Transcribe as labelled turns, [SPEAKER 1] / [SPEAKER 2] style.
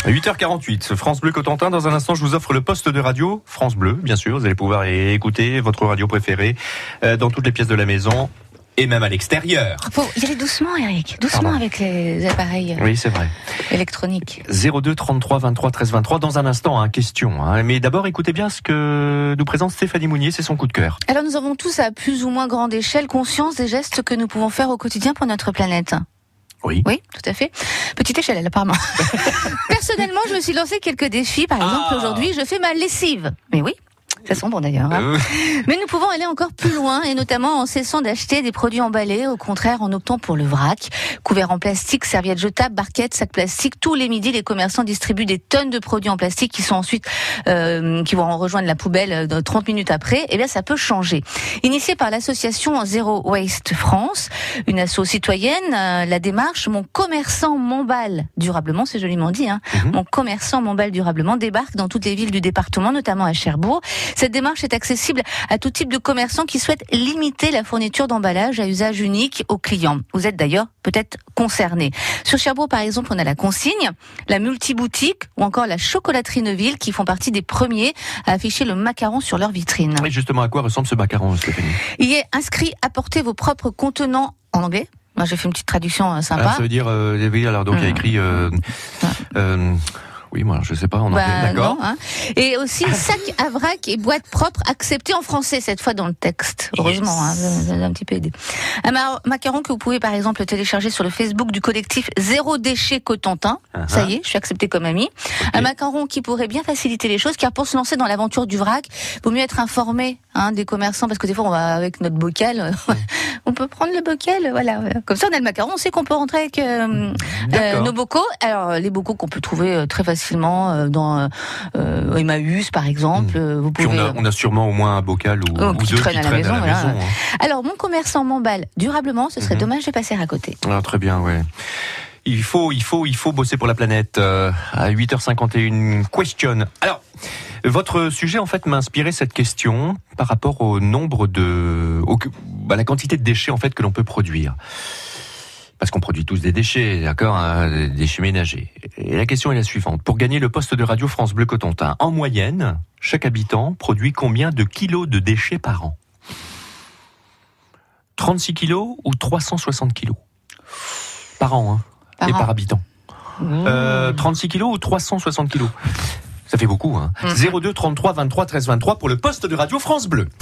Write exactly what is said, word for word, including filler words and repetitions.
[SPEAKER 1] huit heures quarante-huit, France Bleu Cotentin. Dans un instant, je vous offre le poste de radio France Bleu, bien sûr. Vous allez pouvoir écouter votre radio préférée euh, dans toutes les pièces de la maison et même à l'extérieur.
[SPEAKER 2] Faut y aller doucement, Eric. Doucement Pardon. Avec les appareils
[SPEAKER 1] oui, c'est vrai.
[SPEAKER 2] électroniques.
[SPEAKER 1] zéro deux trente-trois vingt-trois treize vingt-trois. Dans un instant, hein, question. Hein. Mais d'abord, écoutez bien ce que nous présente Stéphanie Mounier. C'est son coup de cœur.
[SPEAKER 2] Alors, nous avons tous, à plus ou moins grande échelle, conscience des gestes que nous pouvons faire au quotidien pour notre planète.
[SPEAKER 1] Oui.
[SPEAKER 2] Oui, tout à fait. Petite échelle, elle, apparemment. Personnellement, je me suis lancé quelques défis. Par exemple, ah. aujourd'hui, je fais ma lessive. Mais oui. Ça sent bon d'ailleurs. Hein. Euh... Mais nous pouvons aller encore plus loin, et notamment en cessant d'acheter des produits emballés, au contraire en optant pour le vrac. Couverts en plastique, serviettes jetables, barquettes, sacs plastiques. Tous les midis, les commerçants distribuent des tonnes de produits en plastique qui sont ensuite, euh, qui vont rejoindre la poubelle trente minutes après. Et bien, ça peut changer. Initiée par l'association Zero Waste France, une asso citoyenne, euh, la démarche Mon commerçant m'emballe durablement, c'est joliment dit, hein. Mm-hmm. Mon commerçant m'emballe durablement débarque dans toutes les villes du département, notamment à Cherbourg. Cette démarche est accessible à tout type de commerçants qui souhaitent limiter la fourniture d'emballage à usage unique aux clients. Vous êtes d'ailleurs peut-être concernés. Sur Cherbourg, par exemple, on a la Consigne, la Multiboutique ou encore la Chocolaterie Neuville qui font partie des premiers à afficher le macaron sur leur vitrine.
[SPEAKER 1] Et justement, à quoi ressemble ce macaron, Stéphanie ?
[SPEAKER 2] Il est inscrit « Apportez vos propres contenants » en anglais. Moi, j'ai fait une petite traduction euh, sympa.
[SPEAKER 1] Alors, ça veut dire, euh, oui, alors donc il mmh. y a écrit... Euh, euh, Oui, moi, je sais pas, en anglais, bah, d'accord.
[SPEAKER 2] Non, hein. Et aussi, sac à vrac et boîte propre acceptées en français, cette fois dans le texte. Heureusement, yes. hein, un petit peu aidé. Un macaron que vous pouvez, par exemple, télécharger sur le Facebook du collectif Zéro Déchet Cotentin. Uh-huh. Ça y est, je suis acceptée comme amie. Okay. Un macaron qui pourrait bien faciliter les choses, car pour se lancer dans l'aventure du vrac, vaut mieux être informé, hein, des commerçants, parce que des fois, on va avec notre bocal, on peut prendre le bocal, voilà. Comme ça, on a le macaron, on sait qu'on peut rentrer avec euh, euh, nos bocaux. Alors, les bocaux qu'on peut trouver euh, très facilement dans euh, Emmaüs par exemple. Mmh. Vous pouvez...
[SPEAKER 1] on, a, on a sûrement au moins un bocal ou,
[SPEAKER 2] oh,
[SPEAKER 1] ou
[SPEAKER 2] qui
[SPEAKER 1] deux
[SPEAKER 2] traîne
[SPEAKER 1] qui
[SPEAKER 2] à la
[SPEAKER 1] traînent
[SPEAKER 2] maison.
[SPEAKER 1] À la
[SPEAKER 2] voilà.
[SPEAKER 1] maison hein.
[SPEAKER 2] Alors mon commerçant m'emballe durablement, ce serait mmh. dommage de passer à côté.
[SPEAKER 1] Ah, très bien, ouais. Il faut, il faut, il faut bosser pour la planète. Euh, à huit heures cinquante et une, question. Alors, votre sujet en fait m'a inspiré cette question par rapport au nombre de, au, à la quantité de déchets en fait que l'on peut produire. Parce qu'on produit tous des déchets, d'accord, hein, des déchets ménagers. Et la question est la suivante. Pour gagner le poste de radio France Bleu Cotentin, en moyenne, chaque habitant produit combien de kilos de déchets par an ? trente-six kilos ou trois cent soixante kilos ? Par an, hein, par et an. Par habitant. Mmh. Euh, trente-six kilos ou trois cent soixante kilos ? Ça fait beaucoup, hein. Mmh. zéro deux trente-trois vingt-trois treize vingt-trois pour le poste de radio France Bleu.